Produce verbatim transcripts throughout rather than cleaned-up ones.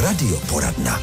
Radioporadna.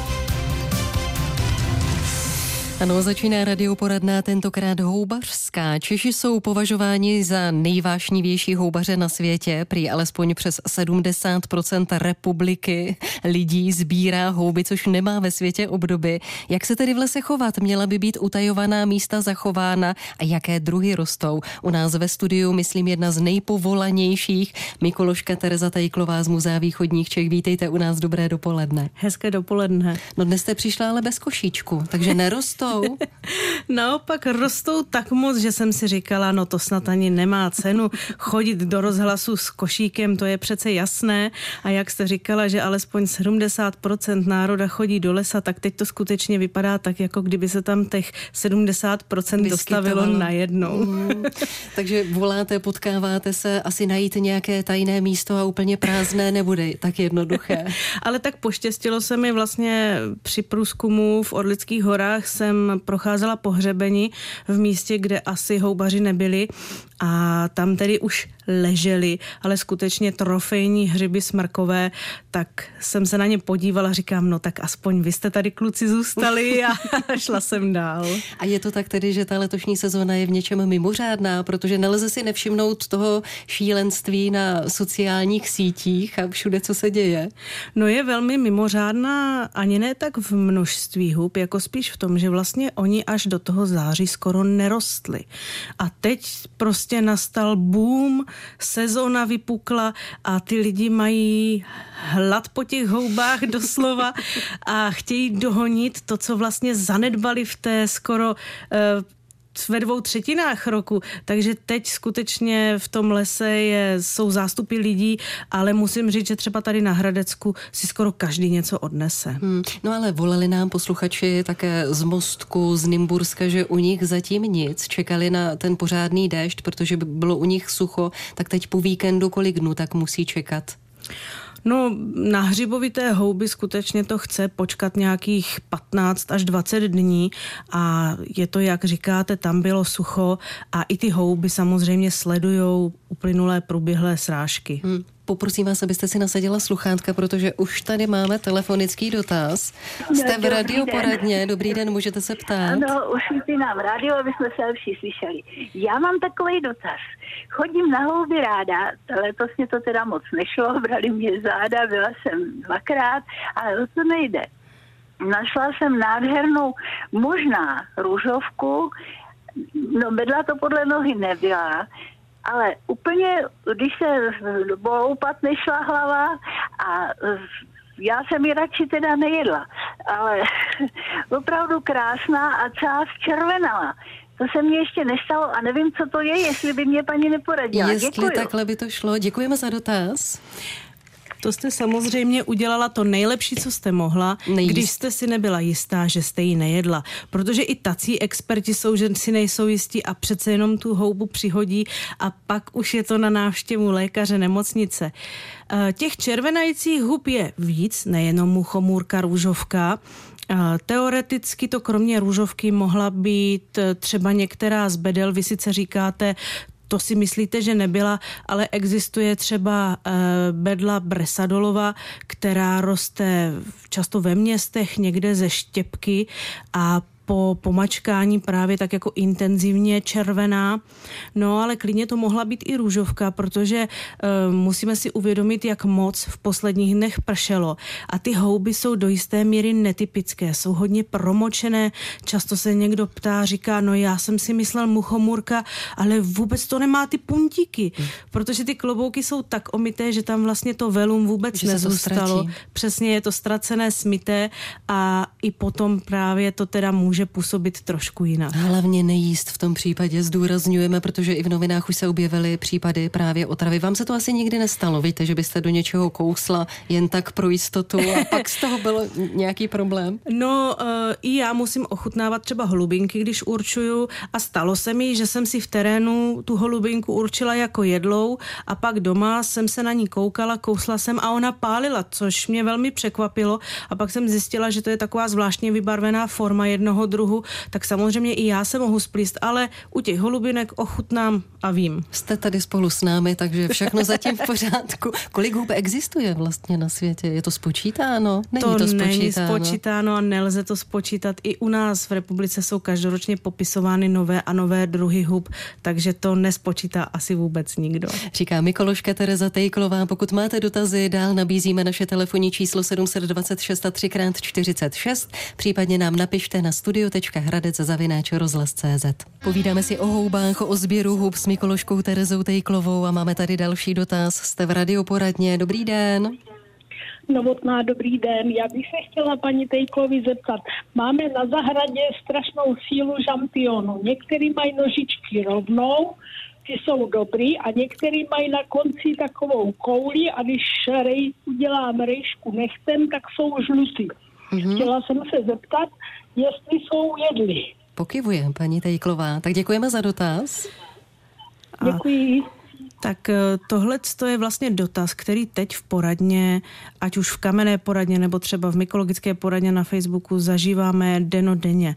Ano, začíná radioporadna, tentokrát houbařská. Češi jsou považováni za nejvášnivější houbaře na světě. Prý alespoň přes sedmdesát procent republiky lidí sbírá houby, což nemá ve světě obdoby. Jak se tedy v lese chovat? Měla by být utajovaná místa zachována a jaké druhy rostou? U nás ve studiu, myslím, jedna z nejpovolanějších, mykoložka Tereza Tejklová z Muzea východních Čech. Vítejte u nás, dobré dopoledne. Hezké dopoledne. No dnes jste přišla ale bez košíčku, takže nerostou. Naopak rostou tak moc, že jsem si říkala, no to snad ani nemá cenu chodit do rozhlasu s košíkem, to je přece jasné. A jak jste říkala, že alespoň sedmdesát procent národa chodí do lesa, tak teď to skutečně vypadá tak, jako kdyby se tam těch sedmdesát procent dostavilo najednou. Mm. Takže voláte, potkáváte se, asi najít nějaké tajné místo a úplně prázdné nebude tak jednoduché. Ale tak poštěstilo se mi vlastně při průzkumu v Orlických horách, jsem procházela po hřebeni v místě, kde asi houbaři nebyli a tam tedy už leželi, ale skutečně trofejní hřiby smrkové, tak jsem se na ně podívala, říkám, no tak aspoň vy jste tady kluci zůstali a šla jsem dál. A je to tak tedy, že ta letošní sezóna je v něčem mimořádná, protože nelze si nevšimnout toho šílenství na sociálních sítích a všude, co se děje? No je velmi mimořádná, ani ne tak v množství hub, jako spíš v tom, že vlastně oni až do toho září skoro nerostli. A teď prostě nastal boom, sezóna vypukla a ty lidi mají hlad po těch houbách doslova a chtějí dohonit to, co vlastně zanedbali v té skoro uh, ve dvou třetinách roku, takže teď skutečně v tom lese je, jsou zástupy lidí, ale musím říct, že třeba tady na Hradecku si skoro každý něco odnese. Hmm. No ale volali nám posluchači také z Mostku, z Nymburska, že u nich zatím nic, čekali na ten pořádný déšť, protože by bylo u nich sucho, tak teď po víkendu kolik dnů tak musí čekat? No, na hřibovité houby skutečně to chce počkat nějakých patnáct až dvacet dní a je to, jak říkáte, tam bylo sucho a i ty houby samozřejmě sledujou uplynulé průběhlé srážky. Hmm. Poprosím vás, abyste si nasadila sluchátka, protože už tady máme telefonický dotaz. Jste v radioporadně, dobrý den, můžete se ptát. Ano, už nám rádio, aby jsme se lepší slyšeli. Já mám takový dotaz. Chodím na houby ráda, letos mě to teda moc nešlo, brali mě záda, byla jsem dvakrát, ale o to nejde. Našla jsem nádhernou, možná růžovku, no bedla to podle nohy nebyla, ale úplně, když se loupat nešla hlava a já jsem ji radši teda nejedla, ale opravdu krásná a část červenala. To se mně ještě nestalo a nevím, co to je, jestli by mě paní neporadila. Jestli Děkuju. takhle by to šlo. Děkujeme za dotaz. To jste samozřejmě udělala to nejlepší, co jste mohla, Nejist. když jste si nebyla jistá, že jste ji nejedla. Protože i tací experti jsou, že si nejsou jistí a přece jenom tu houbu přihodí a pak už je to na návštěvu lékaře, nemocnice. Těch červenajících hub je víc, nejenom muchomůrka, růžovka. Teoreticky to kromě růžovky mohla být třeba některá z bedel. Vy sice říkáte, to si myslíte, že nebyla, ale existuje třeba e, bedla bresadolova, která roste často ve městech, někde ze štěpky a po pomačkání právě tak jako intenzivně červená. No ale klidně to mohla být i růžovka, protože e, musíme si uvědomit, jak moc v posledních dnech pršelo. A ty houby jsou do jisté míry netypické, jsou hodně promočené. Často se někdo ptá, říká, no já jsem si myslel muchomůrka, ale vůbec to nemá ty puntíky, hmm. protože ty klobouky jsou tak omyté, že tam vlastně to velum vůbec že nezůstalo. Přesně je to ztracené, smyté a i potom právě to teda může působit trošku jinak. Hlavně nejíst v tom případě zdůrazňujeme, protože i v novinách už se objevily případy právě otravy. Vám se to asi nikdy nestalo, víte, že byste do něčeho kousla jen tak pro jistotu a pak z toho byl nějaký problém? No, uh, i já musím ochutnávat třeba holubinky, když určuju a stalo se mi, že jsem si v terénu tu holubinku určila jako jedlou a pak doma jsem se na ní koukala, kousla jsem a ona pálila, což mě velmi překvapilo a pak jsem zjistila, že to je taková zvláštně vybarvená forma jednoho jednoho druhu, tak samozřejmě i já se mohu splíst, ale u těch holubinek ochutnám a vím. Jste tady spolu s námi, takže všechno zatím v pořádku. Kolik hub existuje vlastně na světě? Je to spočítáno? Není to, to spočítáno. není spočítáno a nelze to spočítat. I u nás v republice jsou každoročně popisovány nové a nové druhy hub, takže to nespočítá asi vůbec nikdo. Říká Mikološka Tereza Tejklová. Pokud máte dotazy, dál nabízíme naše telefonní číslo sedm set dvacet šest a tři krát čtyřicet šest, případně nám napište na studio tečka hradec zavináč rozhlas tečka cé zet. Povídáme si o houbách, o sběru hub s Mikološkou Terezou Tejklovou a máme tady další dotaz. Jste v radioporadně. Dobrý den. Novotná, dobrý den. Já bych se chtěla paní Tejklovi zeptat. Máme na zahradě strašnou sílu žampionů. Některý mají nožičky rovnou, ty jsou dobrý a některý mají na konci takovou kouli a když rej, udělám rejšku nechtem, tak jsou žlutý. Mm-hmm. Chtěla jsem se zeptat, jestli jsou jedli. Pokyvuje paní Tejklová. Tak děkujeme za dotaz. Děkuji. Tak tohle je vlastně dotaz, který teď v poradně, ať už v kamenné poradně nebo třeba v mykologické poradně na Facebooku zažíváme denodenně.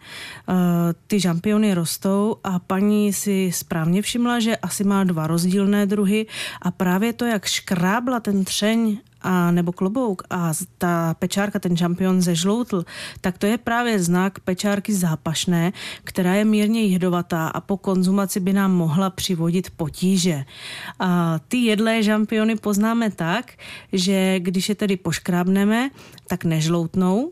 Ty žampiony rostou a paní si správně všimla, že asi má dva rozdílné druhy a právě to, jak škrábla ten třeň a nebo klobouk a ta pečárka, ten žampion zežloutl, tak to je právě znak pečárky zápašné, která je mírně jedovatá a po konzumaci by nám mohla přivodit potíže. A ty jedlé žampiony poznáme tak, že když je tedy poškrábneme, tak nežloutnou,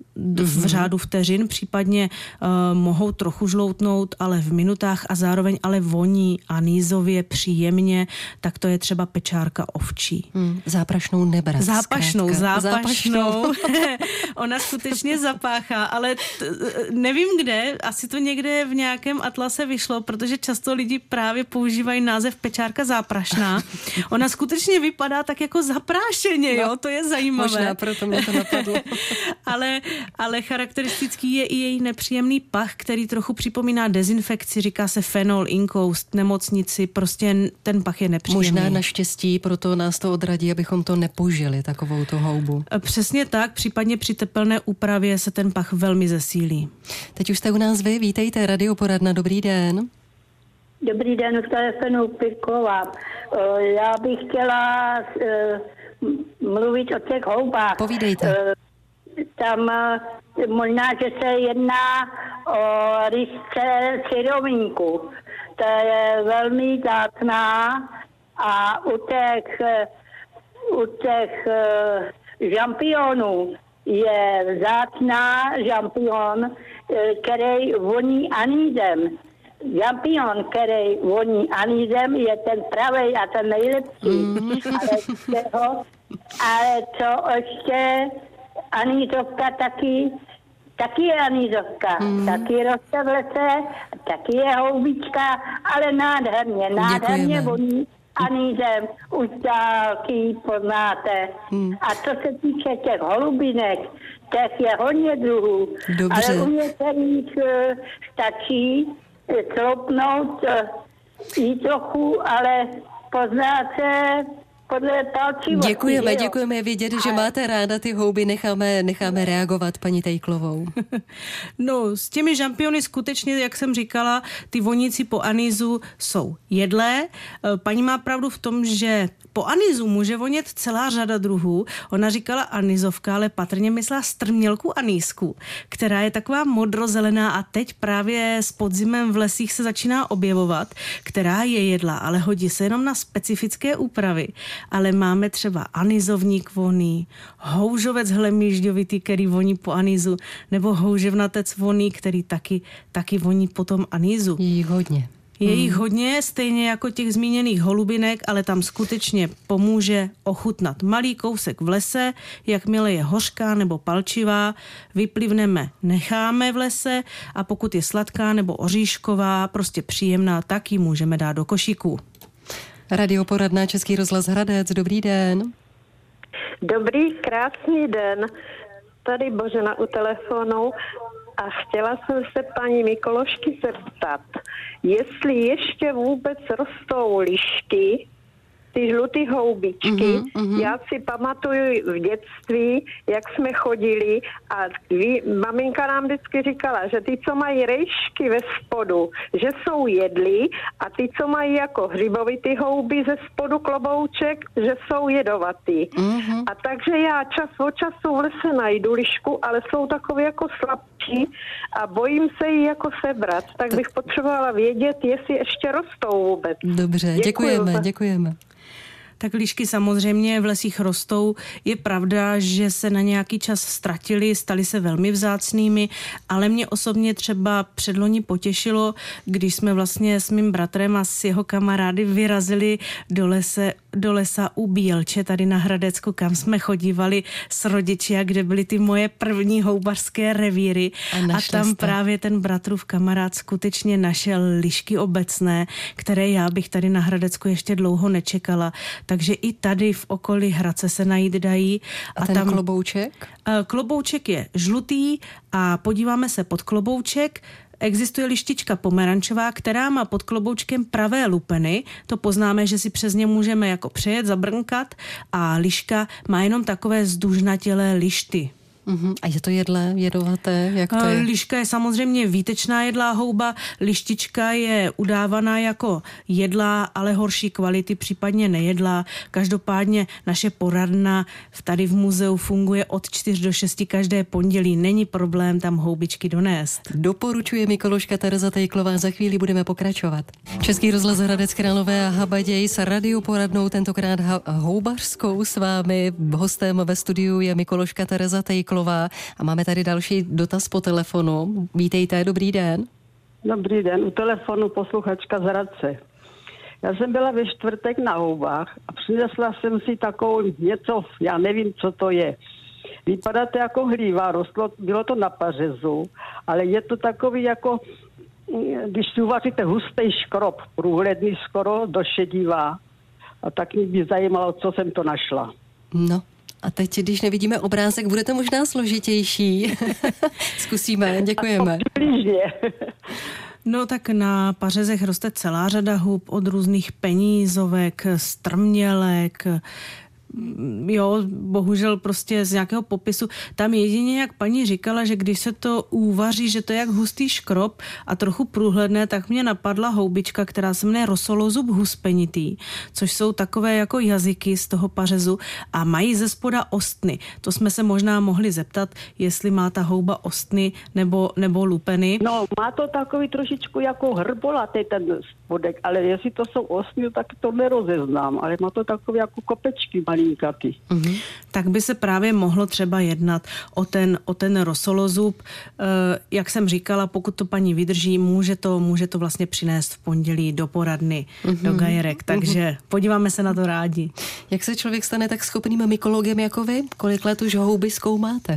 v řádu vteřin, případně uh, mohou trochu žloutnout, ale v minutách a zároveň ale voní anýzově příjemně, tak to je třeba pečárka ovčí. Hmm, záprašnou nebrat. Zápašnou, zkrátka. zápašnou. Ona skutečně zapáchá, ale t- nevím kde, asi to někde v nějakém atlase vyšlo, protože často lidi právě používají název pečárka záprašná. Ona skutečně vypadá tak jako zaprášeně, no, jo, to je zajímavé. Možná proto mě to napadlo. ale ale charakteristický je i její nepříjemný pach, který trochu připomíná dezinfekci, říká se fenol, inkoust, nemocnici, prostě ten pach je nepříjemný. Možná naštěstí, proto nás to odradí, abychom to nepožili, takovou tu houbu. Přesně tak, případně při tepelné úpravě se ten pach velmi zesílí. Teď už jste u nás vy, vítejte, radioporadna, dobrý den. Dobrý den, v telefonu Pirková. Já bych chtěla mluvit o těch houbách. Povídejte. Tam možná, že se jedná o rysce syrovinku. To je velmi vzácná a u těch, u těch žampionů je vzácná žampion, který voní anýzem. Žampion, který voní anýzem, je ten pravej a ten nejlepší. Mm. Ale, toho, ale co ještě anýzovka taky, taky je anýzovka, mm. taky roste v lese, taky je houbička, ale nádherně, nádherně voní anýzem, už dálky poznáte. Mm. A co se týče těch holubinek, těch je hodně druhů, dobře, ale u některých uh, stačí sloupnout uh, jí trochu, ale poznáte podle palčivosti. Děkujeme, děkujeme vědět, že máte ráda ty houby, necháme, necháme reagovat paní Tejklovou. No, s těmi žampiony skutečně, jak jsem říkala, ty voníci po anýzu jsou jedlé. Paní má pravdu v tom, že po anýzu může vonět celá řada druhů. Ona říkala anýzovka, ale patrně myslela strmělku anýzku, která je taková modrozelená a teď právě s podzimem v lesích se začíná objevovat, která je jedla, ale hodí se jenom na specifické úpravy. Ale máme třeba anýzovník voný, houžovec hlemýžďovitý, který voní po anýzu, nebo houževnatec voný, který taky, taky voní po tom anýzu. Je jich hodně. Je jich hodně, stejně jako těch zmíněných holubinek, ale tam skutečně pomůže ochutnat malý kousek v lese, jakmile je hořká nebo palčivá, vyplivneme, necháme v lese a pokud je sladká nebo oříšková, prostě příjemná, tak ji můžeme dát do košíku. Radioporadna Český rozhlas Hradec, dobrý den. Dobrý, krásný den. Tady Božena u telefonu a chtěla jsem se paní Mikološky zeptat, jestli ještě vůbec rostou lišky ty žlutý houbičky. Mm-hmm, mm-hmm. Já si pamatuju v dětství, jak jsme chodili a ví, maminka nám vždycky říkala, že ty, co mají rejšky ve spodu, že jsou jedlí a ty, co mají jako hřibovitý houby ze spodu klobouček, že jsou jedovatý. Mm-hmm. A takže já čas od času v lese najdu lišku, ale jsou takové jako slabší a bojím se jí jako sebrat. Tak bych potřebovala vědět, jestli ještě rostou vůbec. Dobře, děkujeme, děkujeme. Tak líšky samozřejmě v lesích rostou. Je pravda, že se na nějaký čas ztratily, staly se velmi vzácnými, ale mě osobně třeba předloni potěšilo, když jsme vlastně s mým bratrem a s jeho kamarády vyrazili do, lese, do lesa u Bílče, tady na Hradecku, kam jsme chodívali s rodiči a kde byly ty moje první houbařské revíry. A, a tam jste. Právě ten bratrův kamarád skutečně našel lišky obecné, které já bych tady na Hradecku ještě dlouho nečekala. Takže i tady v okolí Hradce se najít dají. A, a ten tam, klobouček? Klobouček je žlutý a podíváme se pod klobouček. Existuje lištička pomerančová, která má pod kloboučkem pravé lupeny. To poznáme, že si přes ně můžeme jako přejet, zabrnkat. A liška má jenom takové zdužnatělé lišty. Uhum. A je to jedlé, jedovaté? Jak to je? Liška je samozřejmě výtečná jedlá houba, lištička je udávaná jako jedlá, ale horší kvality, případně nejedlá. Každopádně naše poradna tady v muzeu funguje od čtyř do šesti každé pondělí. Není problém tam houbičky donést. Doporučuje Mikološka Tereza Tejklová, za chvíli budeme pokračovat. Český rozhlas Hradec Králové a Habaděj s radioporadnou, tentokrát houbařskou s vámi. Hostem ve studiu je Mikološka Tereza Tejklová. A máme tady další dotaz po telefonu. Vítejte, dobrý den. Dobrý den, u telefonu posluchačka z Hradce. Já jsem byla ve čtvrtek na houbách a přinesla jsem si takovou něco, já nevím, co to je. Vypadá to jako hlíva, rostlo, bylo to na pařezu, ale je to takový jako, když si uvaříte hustý škrob, průhledný skoro, došedivá. A tak mě by zajímalo, co jsem to našla. No. A teď, když nevidíme obrázek, bude to možná složitější. Zkusíme, děkujeme. No tak na pařezech roste celá řada hub, od různých penízovek, strmělek, jo, bohužel prostě z nějakého popisu. Tam jedině, jak paní říkala, že když se to uvaří, že to je jak hustý škrob a trochu průhledné, tak mě napadla houbička, která se jmenuje rosolozub huspenitý, což jsou takové jako jazyky z toho pařezu a mají ze spoda ostny. To jsme se možná mohli zeptat, jestli má ta houba ostny nebo, nebo lupeny. No, má to takový trošičku jako hrbolatý ten spodek, ale jestli to jsou ostny, tak to nerozeznám, ale má to takové jako kopečky malý. Mm-hmm. Tak by se právě mohlo třeba jednat o ten, o ten rosolozub. E, jak jsem říkala, pokud to paní vydrží, může to, může to vlastně přinést v pondělí do poradny, mm-hmm. do gajerek. Takže mm-hmm. podíváme se na to rádi. Jak se člověk stane tak schopným mykologem jako vy? Kolik let už houby zkoumáte?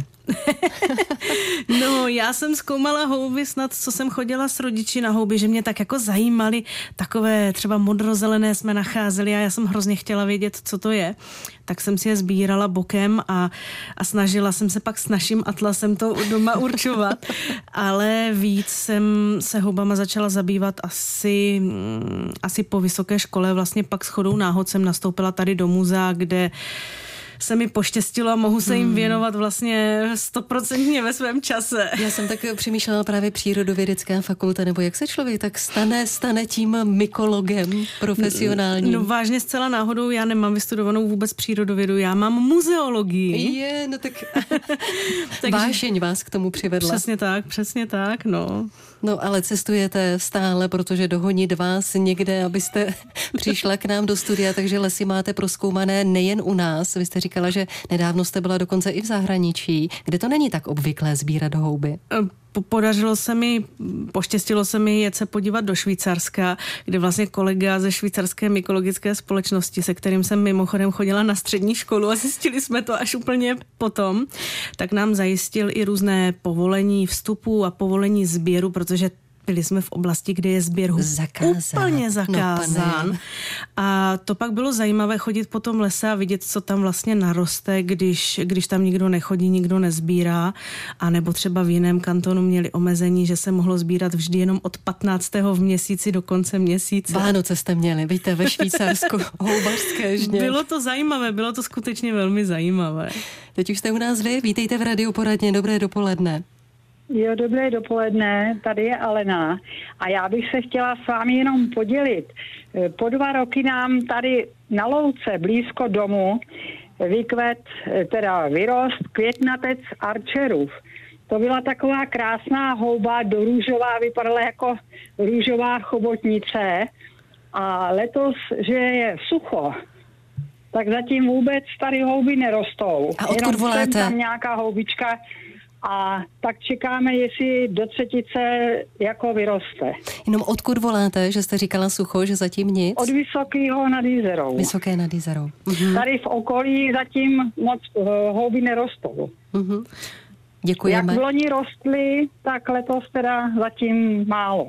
No, já jsem zkoumala houby snad, co jsem chodila s rodiči na houby, že mě tak jako zajímaly, takové třeba modrozelené jsme nacházeli a já jsem hrozně chtěla vědět, co to je. Tak jsem si je sbírala bokem a, a snažila jsem se pak s naším atlasem to doma určovat. Ale víc jsem se houbama začala zabývat asi, asi po vysoké škole. Vlastně pak shodou náhod jsem nastoupila tady do muzea, kde se mi poštěstilo a mohu se jim věnovat vlastně stoprocentně ve svém čase. Já jsem tak přemýšlela právě přírodovědecká fakulta, nebo jak se člověk tak stane, stane tím mykologem profesionálním? No vážně zcela náhodou, já nemám vystudovanou vůbec přírodovědu, já mám muzeologii. Je, no tak vášeň vás k tomu přivedla. Přesně tak, přesně tak, no. No ale cestujete stále, protože dohonit vás někde, abyste přišla k nám do studia, takže lesy máte prozkoumané nejen u nás. Vy jste říkala, že nedávno jste byla dokonce i v zahraničí, kde to není tak obvyklé sbírat houby. Podařilo se mi, poštěstilo se mi jet se podívat do Švýcarska, kde vlastně kolega ze švýcarské mykologické společnosti, se kterým jsem mimochodem chodila na střední školu a zjistili jsme to až úplně potom, tak nám zajistil i různé povolení vstupu a povolení sběru, protože byli jsme v oblasti, kde je sběr hub zakázán. úplně zakázán. No, a to pak bylo zajímavé chodit po tom lese a vidět, co tam vlastně naroste, když, když tam nikdo nechodí, nikdo nezbírá. A nebo třeba v jiném kantonu měli omezení, že se mohlo sbírat vždy jenom od patnáctého v měsíci do konce měsíce. Vánoce jste měli, víte, ve Švýcarsku, houbařské žně. Bylo to zajímavé, bylo to skutečně velmi zajímavé. Teď už jste u nás vy, vítejte v Radiu Poradně, dobré dopoledne. Jo, dobré dopoledne, tady je Alena a já bych se chtěla s vámi jenom podělit. Po dva roky nám tady na louce blízko domu vykvet, teda vyrost květnatec arčerův. To byla taková krásná houba do růžová, vypadala jako růžová chobotnice a letos, že je sucho, tak zatím vůbec tady houby nerostou. A odkud voláte? Tam nějaká houbička a tak čekáme, jestli do třetice jako vyroste. Jenom odkud voláte, že jste říkala sucho, že zatím nic? Od Vysokého nad Jizerou. Vysoké nad Jizerou. Mhm. Tady v okolí zatím moc uh, houby nerostou. Mhm. Děkujeme. Jak v loni rostly, tak letos teda zatím málo.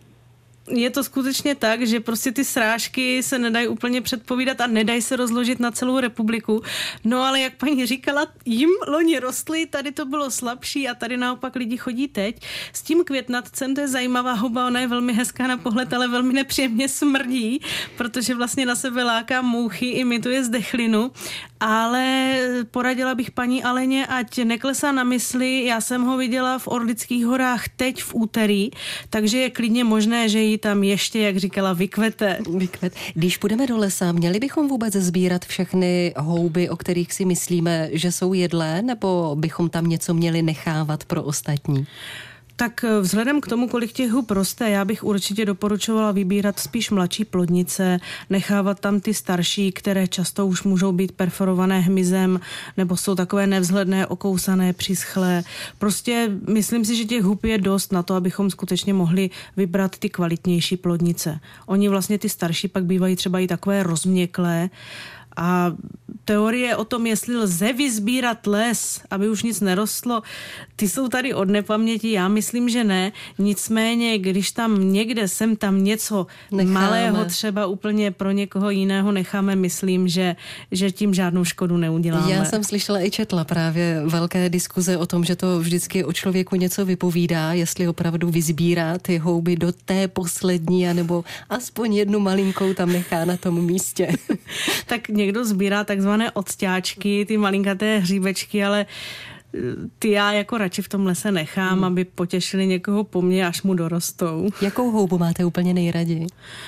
Je to skutečně tak, že prostě ty srážky se nedají úplně předpovídat a nedají se rozložit na celou republiku. No ale jak paní říkala, jim loni rostly, tady to bylo slabší a tady naopak lidi chodí teď. S tím květnatcem to je zajímavá houba, ona je velmi hezká na pohled, ale velmi nepříjemně smrdí, protože vlastně na sebe láká mouchy, imituje zdechlinu. Ale poradila bych paní Aleně, ať neklesá na mysli, já jsem ho viděla v Orlických horách teď v úterý, takže je klidně možné, že ji tam ještě, jak říkala, vykvete. Vykvet. Když půjdeme do lesa, měli bychom vůbec sbírat všechny houby, o kterých si myslíme, že jsou jedlé, nebo bychom tam něco měli nechávat pro ostatní? Tak vzhledem k tomu, kolik těch hub roste, já bych určitě doporučovala vybírat spíš mladší plodnice, nechávat tam ty starší, které často už můžou být perforované hmyzem, nebo jsou takové nevzhledné, okousané, přischlé. Prostě myslím si, že těch hub je dost na to, abychom skutečně mohli vybrat ty kvalitnější plodnice. Oni vlastně ty starší pak bývají třeba i takové rozměklé. A teorie o tom, jestli lze vyzbírat les, aby už nic nerostlo, ty jsou tady od nepaměti, já myslím, že ne. Nicméně, když tam někde sem tam něco necháme. Malého třeba úplně pro někoho jiného necháme, myslím, že, že tím žádnou škodu neuděláme. Já jsem slyšela i četla právě velké diskuze o tom, že to vždycky o člověku něco vypovídá, jestli opravdu vyzbírá ty houby do té poslední, anebo aspoň jednu malinkou tam nechá na tom místě. Tak někdo sbírá takzvané odsťáčky, ty malinkaté hříbečky, ale ty já jako radši v tom lese nechám, hmm. aby potěšili někoho po mně, až mu dorostou. Jakou houbu máte úplně nejraději?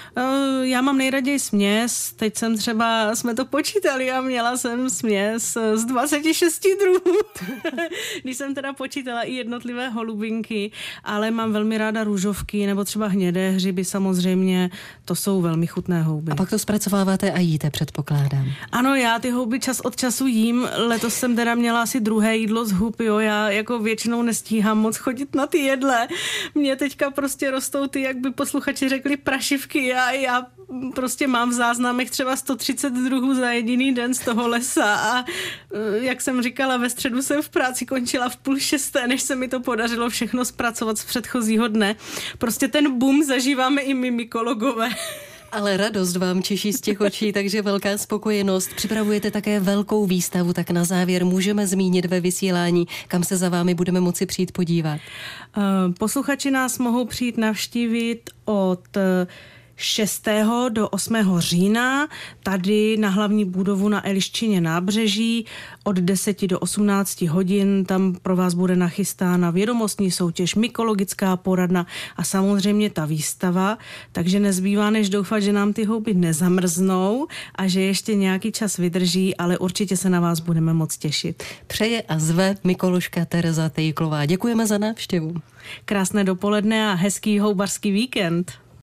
Já mám nejraději směs. Teď jsem třeba, jsme to počítali a měla jsem směs z dvacet šest druhů. Když jsem teda počítala i jednotlivé holubinky, ale mám velmi ráda růžovky nebo třeba hnědé hřiby samozřejmě. To jsou velmi chutné houby. A pak to zpracováváte a jíte, předpokládám. Ano, já ty houby čas od času jím. Letos jsem teda měla asi druhé jídlo z hub, jo. Já jako většinou nestíhám moc chodit na ty jedle. Mně teďka prostě rostou ty, jak by posluchači řekli, prašivky a já prostě mám v záznamech třeba sto třicet druhů za jediný den z toho lesa a jak jsem říkala, ve středu jsem v práci končila v půl šesté, než se mi to podařilo všechno zpracovat z předchozího dne. Prostě ten boom zažíváme i my mykologové. Ale radost vám čiší z těch očí, takže velká spokojenost. Připravujete také velkou výstavu, tak na závěr můžeme zmínit ve vysílání, kam se za vámi budeme moci přijít podívat. Posluchači nás mohou přijít navštívit od šestého do osmého října tady na hlavní budovu na Eliščině nábřeží od deseti do osmnácti hodin. Tam pro vás bude nachystána vědomostní soutěž, mykologická poradna a samozřejmě ta výstava. Takže nezbývá než doufat, že nám ty houby nezamrznou a že ještě nějaký čas vydrží, ale určitě se na vás budeme moc těšit. Přeje a zve mykoložka Tereza Tejklová. Děkujeme za návštěvu. Krásné dopoledne a hezký houbařský víkend.